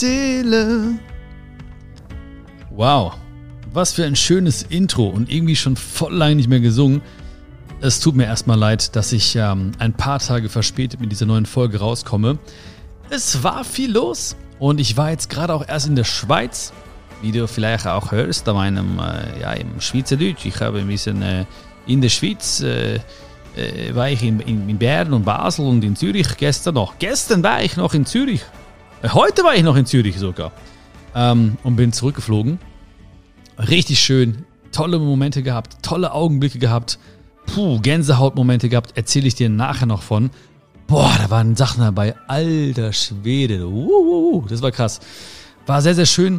Stille. Wow, was für ein schönes Intro und irgendwie schon voll lange nicht mehr gesungen. Es tut mir erstmal leid, dass ich ein paar Tage verspätet mit dieser neuen Folge rauskomme. Es war viel los und ich war jetzt gerade auch erst in der Schweiz, wie du vielleicht auch hörst, an meinem im Schweizerdeutsch. Ich habe ein bisschen in der Schweiz, war ich in Bern und Basel und in Zürich gestern noch. Gestern war ich noch in Zürich. Heute war ich noch in Zürich sogar. Und bin zurückgeflogen. Richtig schön, tolle Momente gehabt, tolle Augenblicke gehabt. Gänsehautmomente gehabt, erzähle ich dir nachher noch von. Boah, da waren Sachen dabei, alter Schwede. Das war krass. War sehr, sehr schön.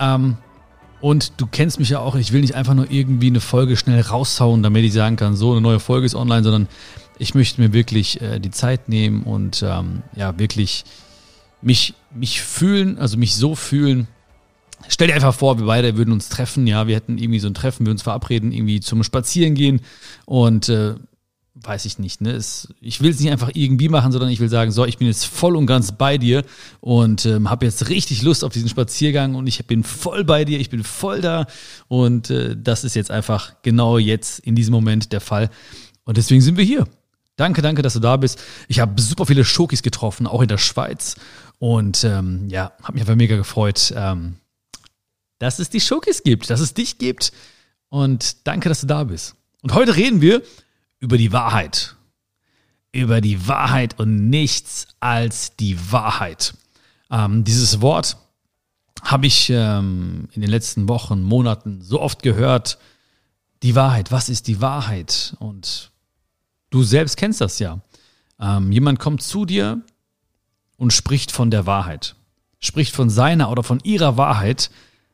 Und du kennst mich ja auch, ich will nicht einfach nur irgendwie eine Folge schnell raushauen, damit ich sagen kann, so eine neue Folge ist online, sondern ich möchte mir wirklich die Zeit nehmen und wirklich mich fühlen, also mich so fühlen. Stell dir einfach vor, wir beide würden uns treffen, ja, wir hätten irgendwie so ein Treffen, wir uns verabreden, irgendwie zum Spazierengehen und weiß ich nicht, ne, ich will es nicht einfach irgendwie machen, sondern ich will sagen, so, ich bin jetzt voll und ganz bei dir und habe jetzt richtig Lust auf diesen Spaziergang und ich bin voll bei dir, ich bin voll da und das ist jetzt einfach genau jetzt in diesem Moment der Fall und deswegen sind wir hier. Danke, dass du da bist. Ich habe super viele Schokis getroffen, auch in der Schweiz und habe mich einfach mega gefreut, dass es die Schokis gibt, dass es dich gibt und danke, dass du da bist. Und heute reden wir über die Wahrheit. Über die Wahrheit und nichts als die Wahrheit. Dieses Wort habe ich in den letzten Wochen, Monaten so oft gehört. Die Wahrheit, was ist die Wahrheit? Und du selbst kennst das ja. Jemand kommt zu dir und spricht von der Wahrheit. Spricht von seiner oder von ihrer Wahrheit.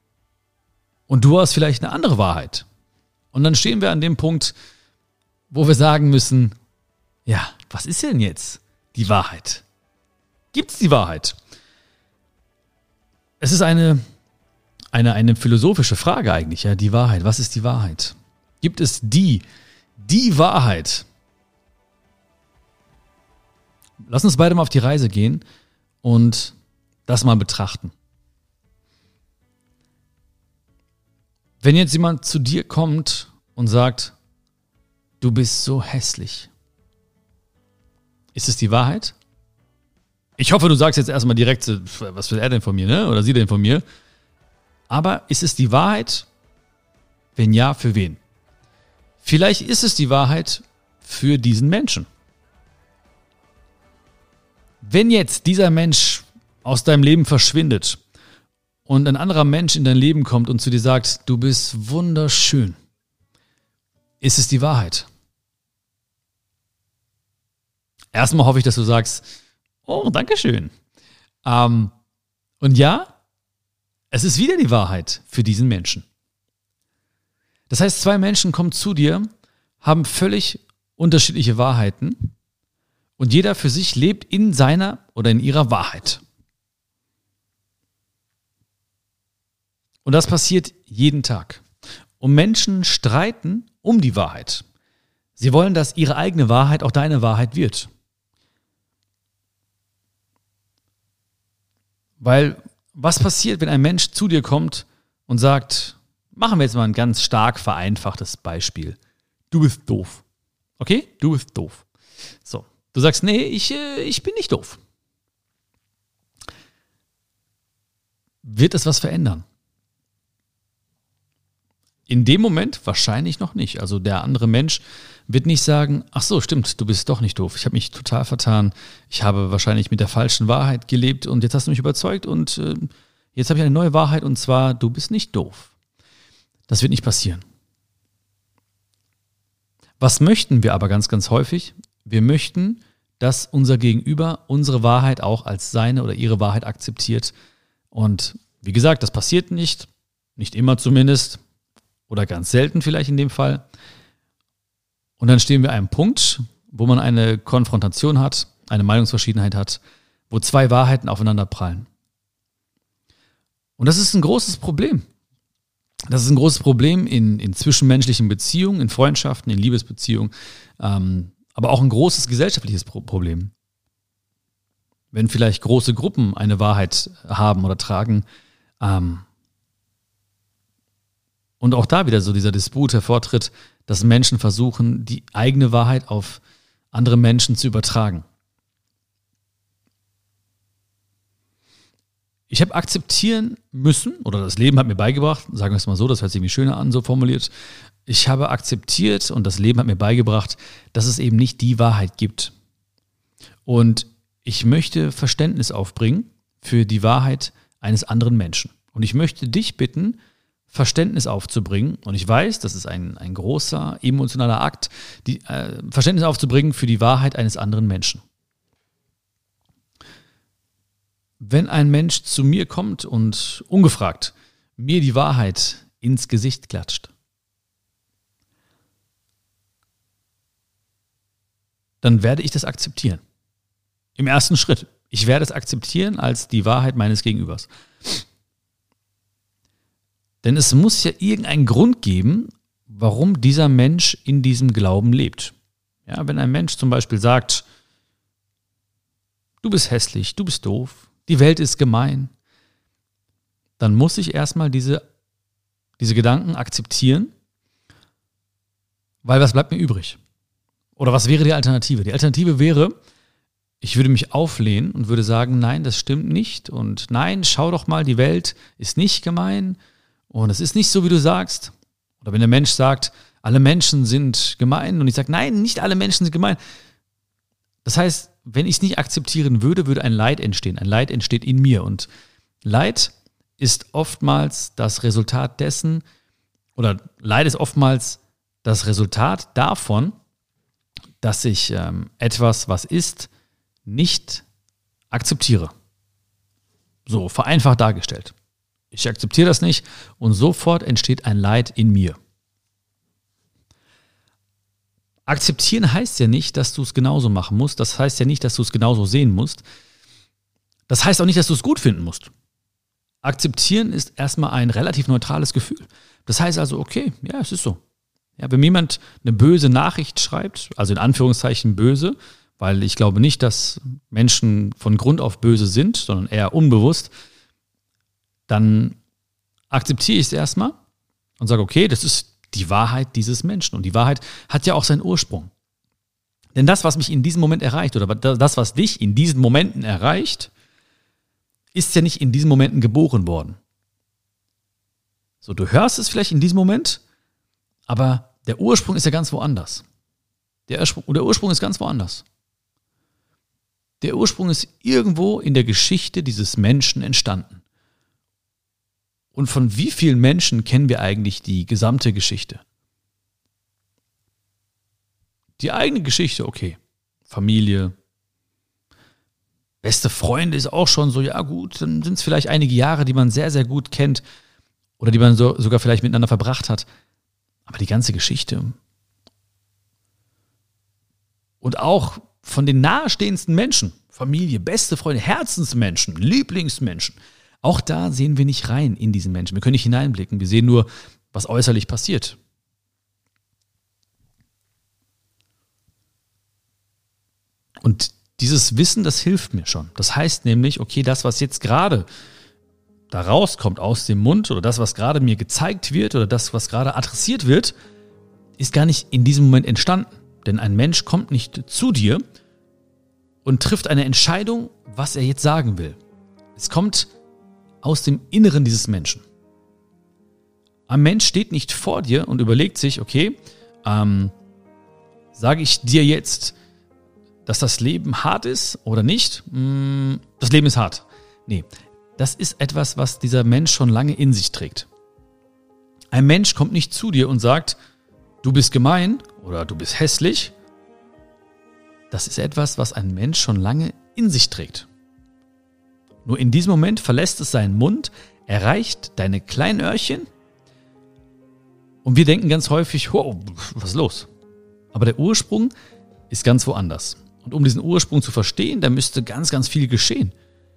Und du hast vielleicht eine andere Wahrheit. Und dann stehen wir an dem Punkt, wo wir sagen müssen, ja, was ist denn jetzt die Wahrheit? Gibt es die Wahrheit? Es ist eine philosophische Frage eigentlich, ja, die Wahrheit. Was ist die Wahrheit? Gibt es die Wahrheit? Lass uns beide mal auf die Reise gehen und das mal betrachten. Wenn jetzt jemand zu dir kommt und sagt, du bist so hässlich, ist es die Wahrheit? Ich hoffe, du sagst jetzt erstmal direkt, was will er denn von mir, ne? Oder sie denn von mir? Aber ist es die Wahrheit? Wenn ja, für wen? Vielleicht ist es die Wahrheit für diesen Menschen. Wenn jetzt dieser Mensch aus deinem Leben verschwindet und ein anderer Mensch in dein Leben kommt und zu dir sagt, du bist wunderschön, ist es die Wahrheit? Erstmal hoffe ich, dass du sagst, oh, Dankeschön. Und ja, es ist wieder die Wahrheit für diesen Menschen. Das heißt, zwei Menschen kommen zu dir, haben völlig unterschiedliche Wahrheiten und jeder für sich lebt in seiner oder in ihrer Wahrheit. Und das passiert jeden Tag. Und Menschen streiten um die Wahrheit. Sie wollen, dass ihre eigene Wahrheit auch deine Wahrheit wird. Weil was passiert, wenn ein Mensch zu dir kommt und sagt, machen wir jetzt mal ein ganz stark vereinfachtes Beispiel. Du bist doof. Okay? Du bist doof. So, du sagst, nee, ich bin nicht doof. Wird es was verändern? In dem Moment wahrscheinlich noch nicht. Also der andere Mensch wird nicht sagen, ach so, stimmt, du bist doch nicht doof. Ich habe mich total vertan. Ich habe wahrscheinlich mit der falschen Wahrheit gelebt und jetzt hast du mich überzeugt und jetzt habe ich eine neue Wahrheit und zwar, du bist nicht doof. Das wird nicht passieren. Was möchten wir aber ganz, ganz häufig? Wir möchten, dass unser Gegenüber unsere Wahrheit auch als seine oder ihre Wahrheit akzeptiert. Und wie gesagt, das passiert nicht immer zumindest. Oder ganz selten vielleicht in dem Fall. Und dann stehen wir an einem Punkt, wo man eine Konfrontation hat, eine Meinungsverschiedenheit hat, wo zwei Wahrheiten aufeinander prallen. Und das ist ein großes Problem. Das ist ein großes Problem in zwischenmenschlichen Beziehungen, in Freundschaften, in Liebesbeziehungen, aber auch ein großes gesellschaftliches Problem. wenn vielleicht große Gruppen eine Wahrheit haben oder tragen. Und auch da wieder so dieser Disput hervortritt, dass Menschen versuchen, die eigene Wahrheit auf andere Menschen zu übertragen. Ich habe akzeptieren müssen, oder das Leben hat mir beigebracht, sagen wir es mal so, das hört sich irgendwie schöner an, so formuliert. Ich habe akzeptiert und das Leben hat mir beigebracht, dass es eben nicht die Wahrheit gibt. Und ich möchte Verständnis aufbringen für die Wahrheit eines anderen Menschen. Und ich möchte dich bitten, Verständnis aufzubringen. Und ich weiß, das ist ein großer emotionaler Akt, Verständnis aufzubringen für die Wahrheit eines anderen Menschen. Wenn ein Mensch zu mir kommt und ungefragt mir die Wahrheit ins Gesicht klatscht, dann werde ich das akzeptieren. Im ersten Schritt. Ich werde es akzeptieren als die Wahrheit meines Gegenübers. Denn es muss ja irgendeinen Grund geben, warum dieser Mensch in diesem Glauben lebt. Ja, wenn ein Mensch zum Beispiel sagt, du bist hässlich, du bist doof, die Welt ist gemein, dann muss ich erstmal diese Gedanken akzeptieren, weil was bleibt mir übrig? Oder was wäre die Alternative? Die Alternative wäre, ich würde mich auflehnen und würde sagen, nein, das stimmt nicht und nein, schau doch mal, die Welt ist nicht gemein und es ist nicht so, wie du sagst. Oder wenn der Mensch sagt, alle Menschen sind gemein und ich sage, nein, nicht alle Menschen sind gemein. Das heißt, wenn ich es nicht akzeptieren würde, würde ein Leid entstehen. Ein Leid entsteht in mir und Leid ist oftmals das Resultat dessen, oder Leid ist oftmals das Resultat davon, dass ich etwas, was ist, nicht akzeptiere. So, vereinfacht dargestellt. Ich akzeptiere das nicht und sofort entsteht ein Leid in mir. Akzeptieren heißt ja nicht, dass du es genauso machen musst. Das heißt ja nicht, dass du es genauso sehen musst. Das heißt auch nicht, dass du es gut finden musst. Akzeptieren ist erstmal ein relativ neutrales Gefühl. Das heißt also, okay, ja, es ist so. Ja, wenn jemand eine böse Nachricht schreibt, also in Anführungszeichen böse, weil ich glaube nicht, dass Menschen von Grund auf böse sind, sondern eher unbewusst, dann akzeptiere ich es erstmal und sage, okay, das ist die Wahrheit dieses Menschen. Und die Wahrheit hat ja auch seinen Ursprung. Denn das, was mich in diesem Moment erreicht, oder das, was dich in diesen Momenten erreicht, ist ja nicht in diesen Momenten geboren worden. So, du hörst es vielleicht in diesem Moment, aber der Ursprung ist ja ganz woanders. Der Ursprung ist ganz woanders. Der Ursprung ist irgendwo in der Geschichte dieses Menschen entstanden. Und von wie vielen Menschen kennen wir eigentlich die gesamte Geschichte? Die eigene Geschichte, okay. Familie, beste Freunde ist auch schon so, ja gut, dann sind es vielleicht einige Jahre, die man sehr, sehr gut kennt oder die man sogar vielleicht miteinander verbracht hat. Aber die ganze Geschichte und auch von den nahestehendsten Menschen, Familie, beste Freunde, Herzensmenschen, Lieblingsmenschen, auch da sehen wir nicht rein in diesen Menschen. Wir können nicht hineinblicken. Wir sehen nur, was äußerlich passiert. Und dieses Wissen, das hilft mir schon. Das heißt nämlich, okay, das, was jetzt gerade da rauskommt aus dem Mund oder das, was gerade mir gezeigt wird oder das, was gerade adressiert wird, ist gar nicht in diesem Moment entstanden. Denn ein Mensch kommt nicht zu dir und trifft eine Entscheidung, was er jetzt sagen will. Es kommt aus dem Inneren dieses Menschen. Ein Mensch steht nicht vor dir und überlegt sich, okay, sage ich dir jetzt, dass das Leben hart ist oder nicht? Das Leben ist hart. Nee, das ist etwas, was dieser Mensch schon lange in sich trägt. Ein Mensch kommt nicht zu dir und sagt, du bist gemein oder du bist hässlich. Das ist etwas, was ein Mensch schon lange in sich trägt. Nur in diesem Moment verlässt es seinen Mund, erreicht deine kleinen Öhrchen und wir denken ganz häufig, wow, was ist los? Aber der Ursprung ist ganz woanders. Und um diesen Ursprung zu verstehen, da müsste ganz, ganz viel geschehen.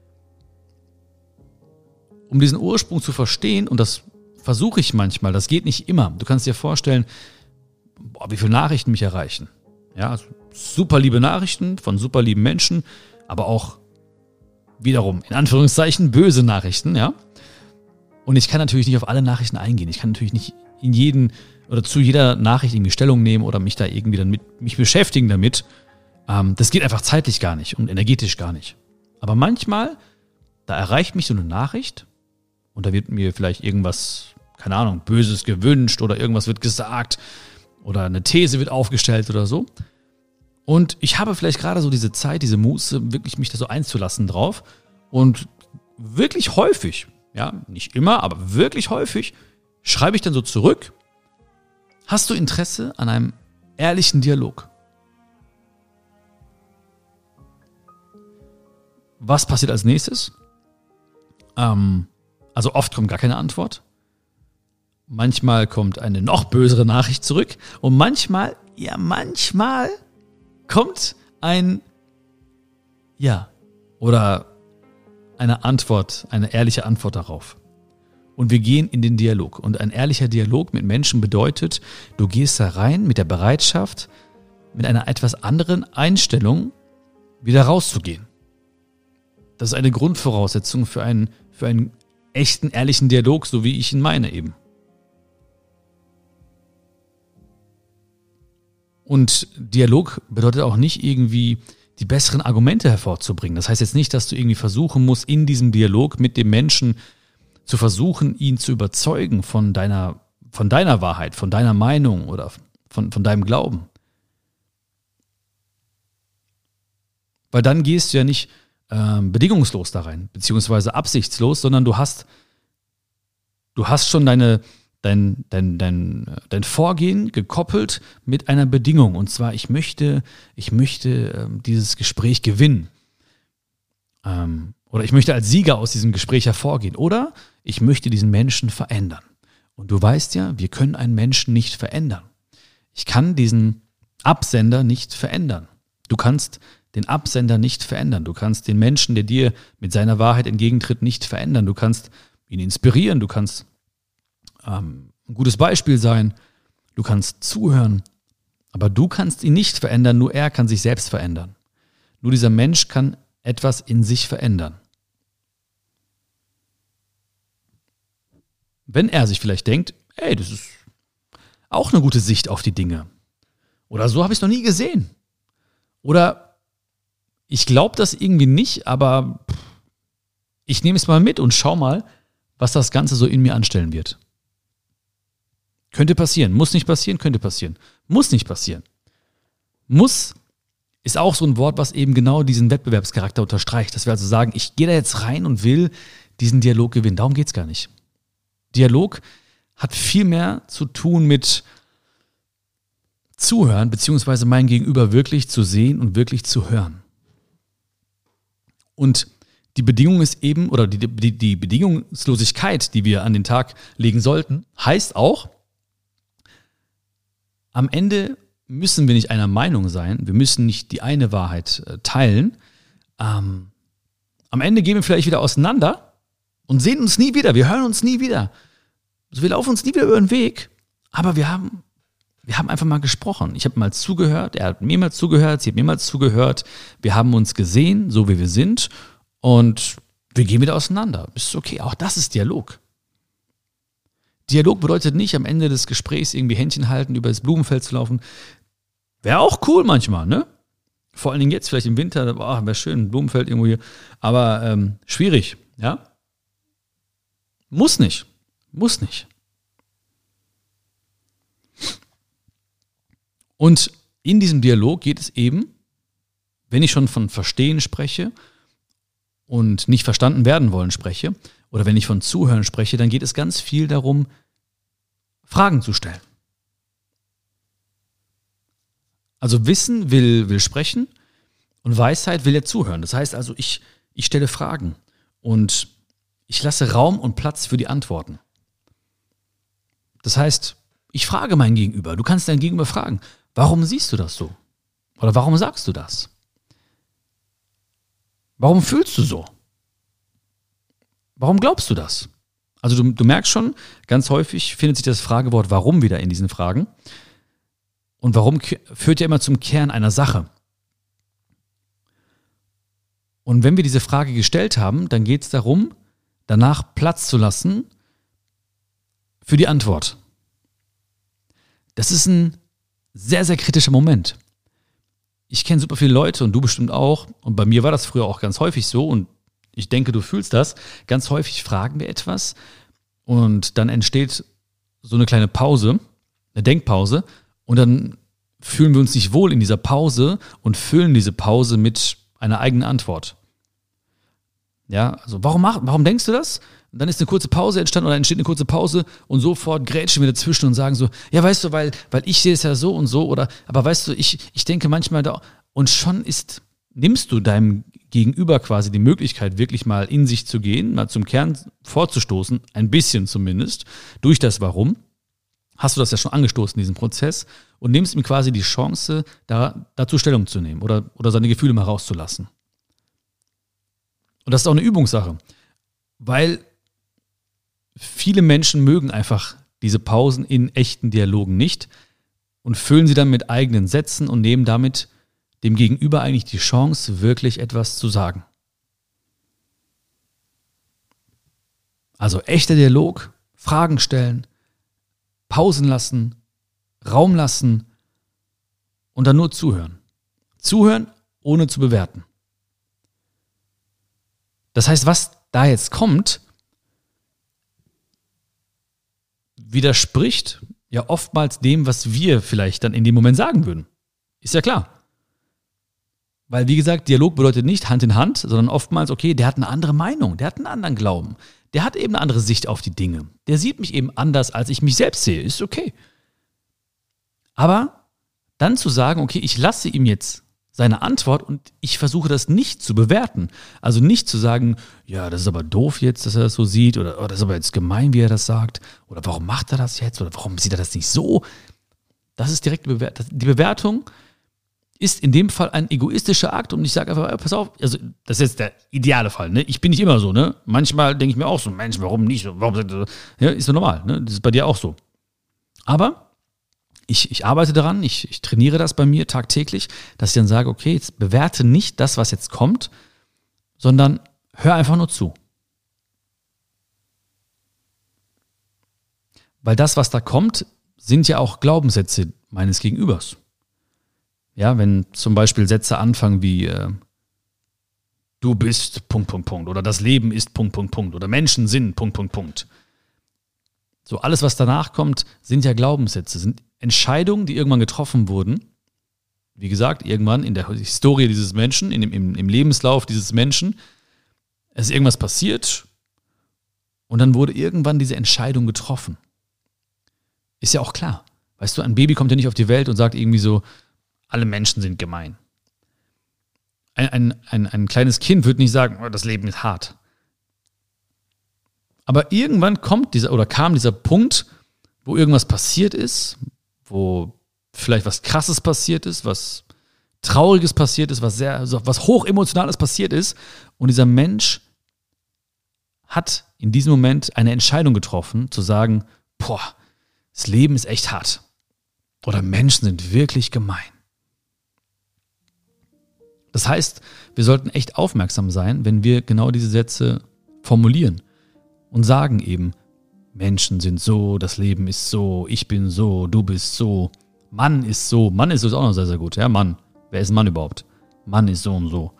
Um diesen Ursprung zu verstehen, und das versuche ich manchmal, das geht nicht immer. Du kannst dir vorstellen, wie viele Nachrichten mich erreichen. Ja, super liebe Nachrichten von super lieben Menschen, aber auch wiederum, in Anführungszeichen, böse Nachrichten, ja. Und ich kann natürlich nicht auf alle Nachrichten eingehen. Ich kann natürlich nicht in jeden oder zu jeder Nachricht irgendwie Stellung nehmen oder mich da irgendwie dann mich beschäftigen damit. Das geht einfach zeitlich gar nicht und energetisch gar nicht. Aber manchmal, da erreicht mich so eine Nachricht und da wird mir vielleicht irgendwas, keine Ahnung, Böses gewünscht oder irgendwas wird gesagt oder eine These wird aufgestellt oder so. Und ich habe vielleicht gerade so diese Zeit, diese Muße, wirklich mich da so einzulassen drauf. Und wirklich häufig, ja, nicht immer, aber wirklich häufig, schreibe ich dann so zurück: Hast du Interesse an einem ehrlichen Dialog? Was passiert als nächstes? Also oft kommt gar keine Antwort. Manchmal kommt eine noch bösere Nachricht zurück. Und manchmal kommt ein Ja oder eine Antwort, eine ehrliche Antwort darauf. Und wir gehen in den Dialog. Und ein ehrlicher Dialog mit Menschen bedeutet, du gehst da rein mit der Bereitschaft, mit einer etwas anderen Einstellung wieder rauszugehen. Das ist eine Grundvoraussetzung für einen echten, ehrlichen Dialog, so wie ich ihn meine eben. Und Dialog bedeutet auch nicht irgendwie die besseren Argumente hervorzubringen. Das heißt jetzt nicht, dass du irgendwie versuchen musst, in diesem Dialog mit dem Menschen zu versuchen, ihn zu überzeugen von deiner Wahrheit, von deiner Meinung oder von deinem Glauben. Weil dann gehst du ja nicht bedingungslos da rein, beziehungsweise absichtslos, sondern du hast schon dein Vorgehen gekoppelt mit einer Bedingung. Und zwar, ich möchte dieses Gespräch gewinnen. Oder ich möchte als Sieger aus diesem Gespräch hervorgehen. Oder ich möchte diesen Menschen verändern. Und du weißt ja, wir können einen Menschen nicht verändern. Ich kann diesen Absender nicht verändern. Du kannst den Absender nicht verändern. Du kannst den Menschen, der dir mit seiner Wahrheit entgegentritt, nicht verändern. Du kannst ihn inspirieren. Du kannst ein gutes Beispiel sein. Du kannst zuhören. Aber du kannst ihn nicht verändern. Nur er kann sich selbst verändern. Nur dieser Mensch kann etwas in sich verändern. Wenn er sich vielleicht denkt, ey, das ist auch eine gute Sicht auf die Dinge. Oder so habe ich es noch nie gesehen. Oder ich glaube das irgendwie nicht, aber ich nehme es mal mit und schau mal, was das Ganze so in mir anstellen wird. Könnte passieren, muss nicht passieren, könnte passieren. Muss nicht passieren. Muss ist auch so ein Wort, was eben genau diesen Wettbewerbscharakter unterstreicht. Dass wir also sagen, ich gehe da jetzt rein und will diesen Dialog gewinnen. Darum geht es gar nicht. Dialog hat viel mehr zu tun mit Zuhören, beziehungsweise mein Gegenüber wirklich zu sehen und wirklich zu hören. Und die Bedingung ist eben, oder die Bedingungslosigkeit, die wir an den Tag legen sollten, heißt auch, am Ende müssen wir nicht einer Meinung sein, wir müssen nicht die eine Wahrheit teilen. Am Ende gehen wir vielleicht wieder auseinander und sehen uns nie wieder, wir hören uns nie wieder. Also wir laufen uns nie wieder über den Weg, aber wir haben einfach mal gesprochen. Ich habe mal zugehört, er hat mir mal zugehört, sie hat mir mal zugehört. Wir haben uns gesehen, so wie wir sind, und wir gehen wieder auseinander. Ist okay, auch das ist Dialog. Dialog bedeutet nicht, am Ende des Gesprächs irgendwie Händchen halten, über das Blumenfeld zu laufen. Wäre auch cool manchmal, ne? Vor allen Dingen jetzt, vielleicht im Winter, wäre schön, ein Blumenfeld irgendwo hier. Aber schwierig, ja? Muss nicht. Und in diesem Dialog geht es eben, wenn ich schon von Verstehen spreche und nicht verstanden werden wollen spreche, oder wenn ich von Zuhören spreche, dann geht es ganz viel darum, Fragen zu stellen. Also Wissen will sprechen und Weisheit will ja zuhören. Das heißt also, ich stelle Fragen und ich lasse Raum und Platz für die Antworten. Das heißt, ich frage mein Gegenüber. Du kannst dein Gegenüber fragen, warum siehst du das so? Oder warum sagst du das? Warum fühlst du so? Warum glaubst du das? Also du merkst schon, ganz häufig findet sich das Fragewort warum wieder in diesen Fragen. Und warum führt ja immer zum Kern einer Sache. Und wenn wir diese Frage gestellt haben, dann geht es darum, danach Platz zu lassen für die Antwort. Das ist ein sehr, sehr kritischer Moment. Ich kenne super viele Leute und du bestimmt auch. Und bei mir war das früher auch ganz häufig so. Und ich denke, du fühlst das. Ganz häufig fragen wir etwas und dann entsteht so eine kleine Pause, eine Denkpause. Und dann fühlen wir uns nicht wohl in dieser Pause und füllen diese Pause mit einer eigenen Antwort. Ja, also warum denkst du das? Und dann ist eine kurze Pause entstanden oder entsteht eine kurze Pause und sofort grätschen wir dazwischen und sagen so, ja, weißt du, weil ich sehe es ja so und so oder, aber weißt du, ich denke manchmal da und schon nimmst du deinem Gegenüber quasi die Möglichkeit, wirklich mal in sich zu gehen, mal zum Kern vorzustoßen, ein bisschen zumindest, durch das Warum. Hast du das ja schon angestoßen, diesen Prozess, und nimmst ihm quasi die Chance, dazu Stellung zu nehmen oder seine Gefühle mal rauszulassen. Und das ist auch eine Übungssache, weil viele Menschen mögen einfach diese Pausen in echten Dialogen nicht und füllen sie dann mit eigenen Sätzen und nehmen damit dem Gegenüber eigentlich die Chance, wirklich etwas zu sagen. Also echter Dialog, Fragen stellen, Pausen lassen, Raum lassen und dann nur zuhören. Zuhören, ohne zu bewerten. Das heißt, was da jetzt kommt, widerspricht ja oftmals dem, was wir vielleicht dann in dem Moment sagen würden. Ist ja klar. Weil, wie gesagt, Dialog bedeutet nicht Hand in Hand, sondern oftmals, okay, der hat eine andere Meinung, der hat einen anderen Glauben, der hat eben eine andere Sicht auf die Dinge. Der sieht mich eben anders, als ich mich selbst sehe, ist okay. Aber dann zu sagen, okay, ich lasse ihm jetzt seine Antwort und ich versuche das nicht zu bewerten. Also nicht zu sagen, ja, das ist aber doof jetzt, dass er das so sieht oder oh, das ist aber jetzt gemein, wie er das sagt oder warum macht er das jetzt oder warum sieht er das nicht so? Das ist direkt die Bewertung ist in dem Fall ein egoistischer Akt und ich sage einfach, pass auf, also das ist jetzt der ideale Fall, ne? Ich bin nicht immer so, ne? Manchmal denke ich mir auch so, Mensch, warum nicht? Warum, ja, ist so normal, ne? Das ist bei dir auch so. Aber ich arbeite daran, ich trainiere das bei mir tagtäglich, dass ich dann sage, okay, jetzt bewerte nicht das, was jetzt kommt, sondern hör einfach nur zu. Weil das, was da kommt, sind ja auch Glaubenssätze meines Gegenübers. Ja, wenn zum Beispiel Sätze anfangen wie du bist ... oder das Leben ist ... oder Menschen sind ... So, alles, was danach kommt, sind ja Glaubenssätze, sind Entscheidungen, die irgendwann getroffen wurden. Wie gesagt, irgendwann in der Historie dieses Menschen, im Lebenslauf dieses Menschen, es ist irgendwas passiert und dann wurde irgendwann diese Entscheidung getroffen. Ist ja auch klar. Weißt du, ein Baby kommt ja nicht auf die Welt und sagt irgendwie so, alle Menschen sind gemein. Ein kleines Kind wird nicht sagen, oh, das Leben ist hart. Aber irgendwann kam dieser Punkt, wo irgendwas passiert ist, wo vielleicht was Krasses passiert ist, was Trauriges passiert ist, was hochemotionales passiert ist. Und dieser Mensch hat in diesem Moment eine Entscheidung getroffen, zu sagen, boah, das Leben ist echt hart. Oder Menschen sind wirklich gemein. Das heißt, wir sollten echt aufmerksam sein, wenn wir genau diese Sätze formulieren und sagen eben, Menschen sind so, das Leben ist so, ich bin so, du bist so, Mann ist so. Mann ist auch noch sehr, sehr gut. Ja, Mann. Wer ist Mann überhaupt? Mann ist so und so.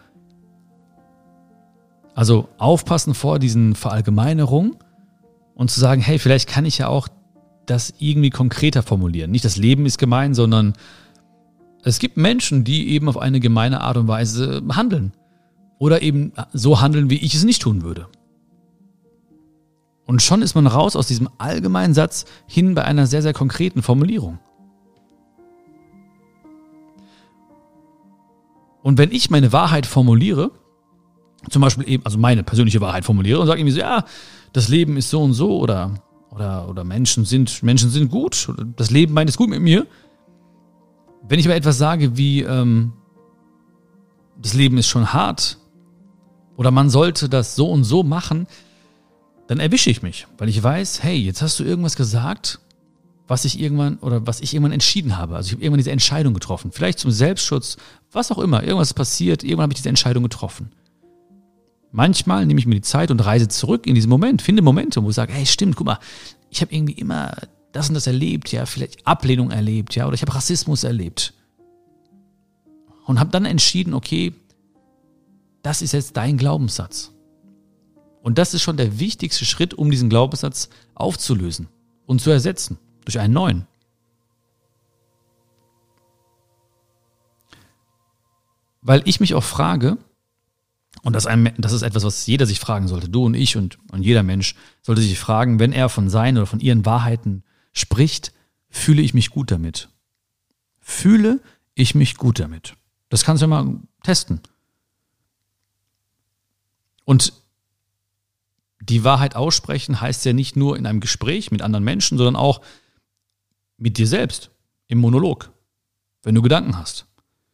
Also aufpassen vor diesen Verallgemeinerungen und zu sagen, hey, vielleicht kann ich ja auch das irgendwie konkreter formulieren. Nicht das Leben ist gemein, sondern es gibt Menschen, die eben auf eine gemeine Art und Weise handeln. Oder eben so handeln, wie ich es nicht tun würde. Und schon ist man raus aus diesem allgemeinen Satz hin bei einer sehr, sehr konkreten Formulierung. Und wenn ich meine Wahrheit formuliere, zum Beispiel eben, also meine persönliche Wahrheit formuliere und sage irgendwie so, ja, das Leben ist so und so oder Menschen sind gut, oder das Leben meint es gut mit mir. Wenn ich aber etwas sage wie, das Leben ist schon hart oder man sollte das so und so machen, dann erwische ich mich, weil ich weiß, hey, jetzt hast du irgendwas gesagt, was ich irgendwann entschieden habe. Also ich habe irgendwann diese Entscheidung getroffen. Vielleicht zum Selbstschutz, was auch immer. Irgendwas ist passiert, irgendwann habe ich diese Entscheidung getroffen. Manchmal nehme ich mir die Zeit und reise zurück in diesen Moment, finde Momente, wo ich sage, hey, stimmt, guck mal, ich habe irgendwie immer das und das erlebt, ja, vielleicht Ablehnung erlebt, ja, oder ich habe Rassismus erlebt. Und habe dann entschieden, okay, das ist jetzt dein Glaubenssatz. Und das ist schon der wichtigste Schritt, um diesen Glaubenssatz aufzulösen und zu ersetzen durch einen neuen. Weil ich mich auch frage, und das ist etwas, was jeder sich fragen sollte, du und ich und jeder Mensch sollte sich fragen, wenn er von seinen oder von ihren Wahrheiten spricht, fühle ich mich gut damit? Fühle ich mich gut damit? Das kannst du ja mal testen. Und die Wahrheit aussprechen heißt ja nicht nur in einem Gespräch mit anderen Menschen, sondern auch mit dir selbst, im Monolog, wenn du Gedanken hast.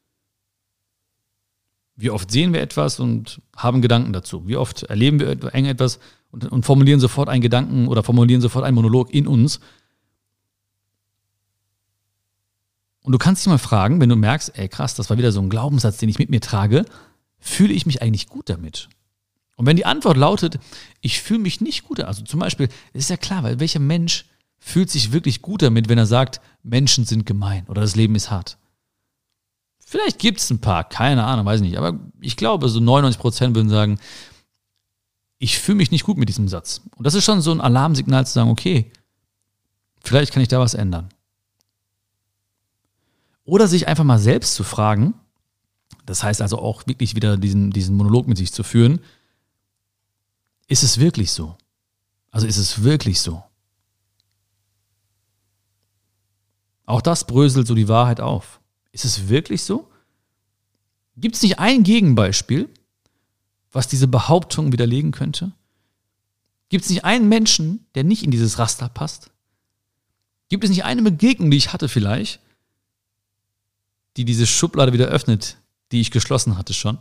Wie oft sehen wir etwas und haben Gedanken dazu? Wie oft erleben wir etwas und formulieren sofort einen Gedanken oder formulieren sofort einen Monolog in uns? Und du kannst dich mal fragen, wenn du merkst, ey krass, das war wieder so ein Glaubenssatz, den ich mit mir trage, fühle ich mich eigentlich gut damit? Und wenn die Antwort lautet, ich fühle mich nicht gut, also zum Beispiel, ist ja klar, weil welcher Mensch fühlt sich wirklich gut damit, wenn er sagt, Menschen sind gemein oder das Leben ist hart? Vielleicht gibt es ein paar, keine Ahnung, weiß ich nicht. Aber ich glaube, so 99% würden sagen, ich fühle mich nicht gut mit diesem Satz. Und das ist schon so ein Alarmsignal zu sagen, okay, vielleicht kann ich da was ändern. Oder sich einfach mal selbst zu fragen, das heißt also auch wirklich wieder diesen Monolog mit sich zu führen, ist es wirklich so? Also ist es wirklich so? Auch das bröselt so die Wahrheit auf. Ist es wirklich so? Gibt es nicht ein Gegenbeispiel, was diese Behauptung widerlegen könnte? Gibt es nicht einen Menschen, der nicht in dieses Raster passt? Gibt es nicht eine Begegnung, die ich hatte vielleicht, die diese Schublade wieder öffnet, die ich geschlossen hatte schon?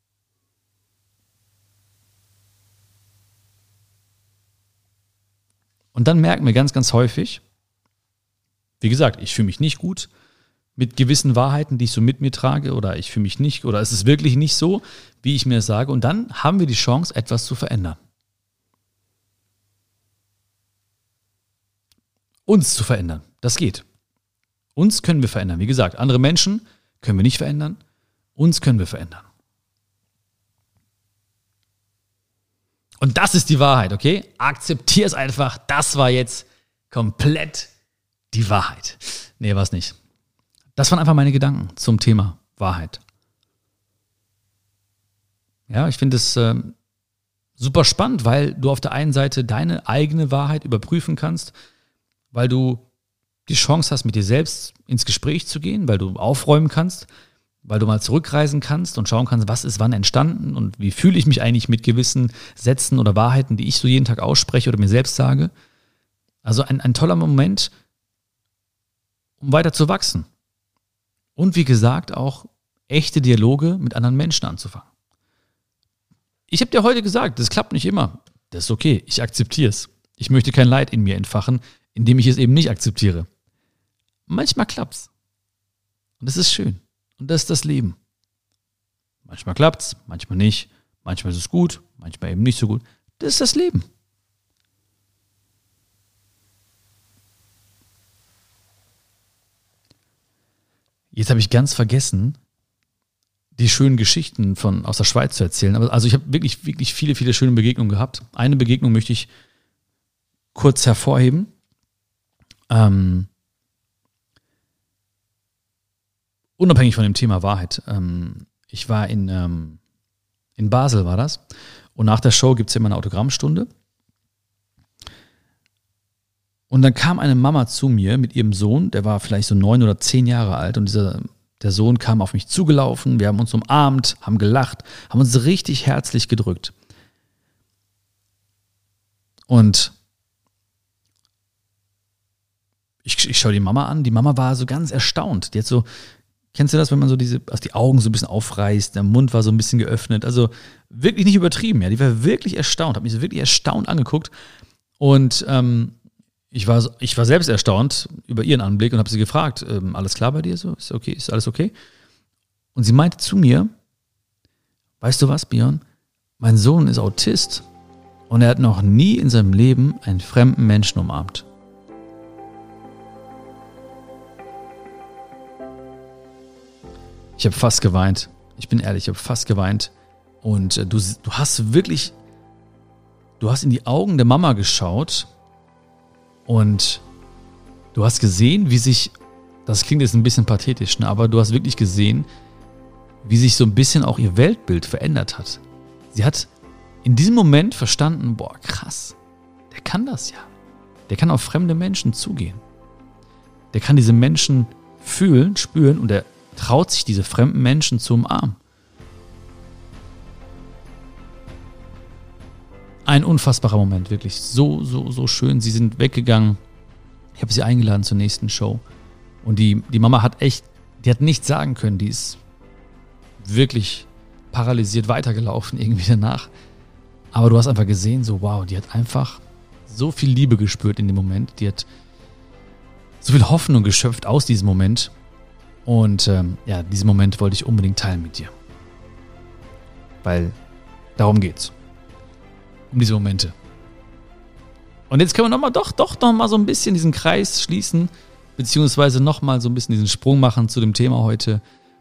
Und dann merken wir ganz, ganz häufig, wie gesagt, ich fühle mich nicht gut mit gewissen Wahrheiten, die ich so mit mir trage, oder ich fühle mich nicht, oder es ist wirklich nicht so, wie ich mir es sage. Und dann haben wir die Chance, etwas zu verändern. Uns zu verändern, das geht. Uns können wir verändern. Wie gesagt, andere Menschen können wir nicht verändern. Uns können wir verändern. Und das ist die Wahrheit, okay? Akzeptier es einfach. Das war jetzt komplett die Wahrheit. Nee, war es nicht. Das waren einfach meine Gedanken zum Thema Wahrheit. Ja, ich finde es super spannend, weil du auf der einen Seite deine eigene Wahrheit überprüfen kannst, weil du die Chance hast, mit dir selbst ins Gespräch zu gehen, weil du aufräumen kannst, weil du mal zurückreisen kannst und schauen kannst, was ist wann entstanden und wie fühle ich mich eigentlich mit gewissen Sätzen oder Wahrheiten, die ich so jeden Tag ausspreche oder mir selbst sage. Also ein toller Moment, um weiter zu wachsen. Und wie gesagt, auch echte Dialoge mit anderen Menschen anzufangen. Ich habe dir heute gesagt, das klappt nicht immer. Das ist okay, ich akzeptiere es. Ich möchte kein Leid in mir entfachen, indem ich es eben nicht akzeptiere. Manchmal klappt's. Und das ist schön. Und das ist das Leben. Manchmal klappt's, manchmal nicht. Manchmal ist es gut, manchmal eben nicht so gut. Das ist das Leben. Jetzt habe ich ganz vergessen, die schönen Geschichten aus der Schweiz zu erzählen. Also ich habe wirklich, wirklich viele, viele schöne Begegnungen gehabt. Eine Begegnung möchte ich kurz hervorheben. Unabhängig von dem Thema Wahrheit. Ich war in Basel, war das. Und nach der Show gibt es immer eine Autogrammstunde. Und dann kam eine Mama zu mir mit ihrem Sohn, der war vielleicht so 9 oder 10 Jahre alt. Und der Sohn kam auf mich zugelaufen, wir haben uns umarmt, haben gelacht, haben uns richtig herzlich gedrückt. Und ich schaue die Mama an, die Mama war so ganz erstaunt. Die hat so, kennst du das, wenn man so die Augen so ein bisschen aufreißt, der Mund war so ein bisschen geöffnet, also wirklich nicht übertrieben, ja, die war wirklich erstaunt, hat mich so wirklich erstaunt angeguckt und ich war selbst erstaunt über ihren Anblick und habe sie gefragt, alles klar bei dir so, ist okay, ist alles okay? Und sie meinte zu mir, weißt du was, Björn, mein Sohn ist Autist und er hat noch nie in seinem Leben einen fremden Menschen umarmt. Ich habe fast geweint. Ich bin ehrlich, ich habe fast geweint. Und du hast in die Augen der Mama geschaut und du hast gesehen, wie sich, das klingt jetzt ein bisschen pathetisch, ne, aber du hast wirklich gesehen, wie sich so ein bisschen auch ihr Weltbild verändert hat. Sie hat in diesem Moment verstanden, boah, krass, der kann das ja. Der kann auf fremde Menschen zugehen. Der kann diese Menschen fühlen, spüren und er traut sich, diese fremden Menschen zu umarmen. Ein unfassbarer Moment, wirklich so schön. Sie sind weggegangen. Ich habe sie eingeladen zur nächsten Show. Und die Mama hat nichts sagen können. Die ist wirklich paralysiert weitergelaufen irgendwie danach. Aber du hast einfach gesehen, so wow, die hat einfach so viel Liebe gespürt in dem Moment. Die hat so viel Hoffnung geschöpft aus diesem Moment. Und diesen Moment wollte ich unbedingt teilen mit dir. Weil darum geht's. Um diese Momente. Und jetzt können wir noch mal so ein bisschen diesen Kreis schließen, beziehungsweise noch mal so ein bisschen diesen Sprung machen zu dem Thema heute.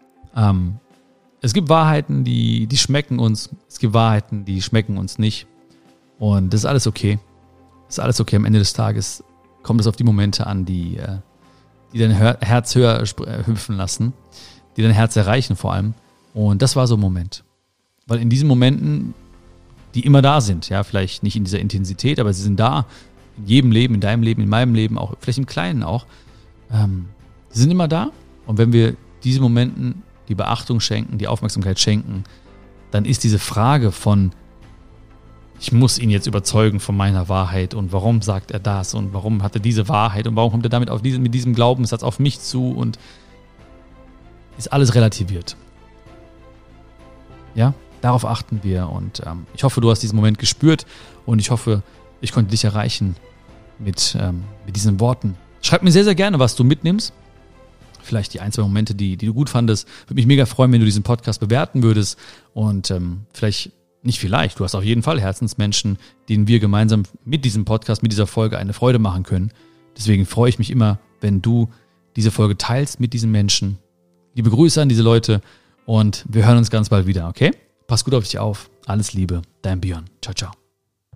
Es gibt Wahrheiten, die schmecken uns. Es gibt Wahrheiten, die schmecken uns nicht. Und das ist alles okay. Das ist alles okay. Am Ende des Tages kommt es auf die Momente an, die dein Herz höher hüpfen lassen, die dein Herz erreichen vor allem. Und das war so ein Moment. Weil in diesen Momenten, die immer da sind, ja, vielleicht nicht in dieser Intensität, aber sie sind da, in jedem Leben, in deinem Leben, in meinem Leben, auch vielleicht im Kleinen auch, sie sind immer da. Und wenn wir diesen Momenten die Beachtung schenken, die Aufmerksamkeit schenken, dann ist diese Frage von, ich muss ihn jetzt überzeugen von meiner Wahrheit und warum sagt er das und warum hat er diese Wahrheit und warum kommt er damit mit diesem Glaubenssatz auf mich zu und ist alles relativiert. Ja, darauf achten wir und ich hoffe, du hast diesen Moment gespürt und ich hoffe, ich konnte dich erreichen mit diesen Worten. Schreib mir sehr, sehr gerne, was du mitnimmst. Vielleicht die ein, zwei Momente, die du gut fandest. Würde mich mega freuen, wenn du diesen Podcast bewerten würdest und du hast auf jeden Fall Herzensmenschen, denen wir gemeinsam mit diesem Podcast, mit dieser Folge eine Freude machen können. Deswegen freue ich mich immer, wenn du diese Folge teilst mit diesen Menschen. Liebe Grüße an diese Leute und wir hören uns ganz bald wieder, okay? Pass gut auf dich auf. Alles Liebe, dein Björn. Ciao, ciao.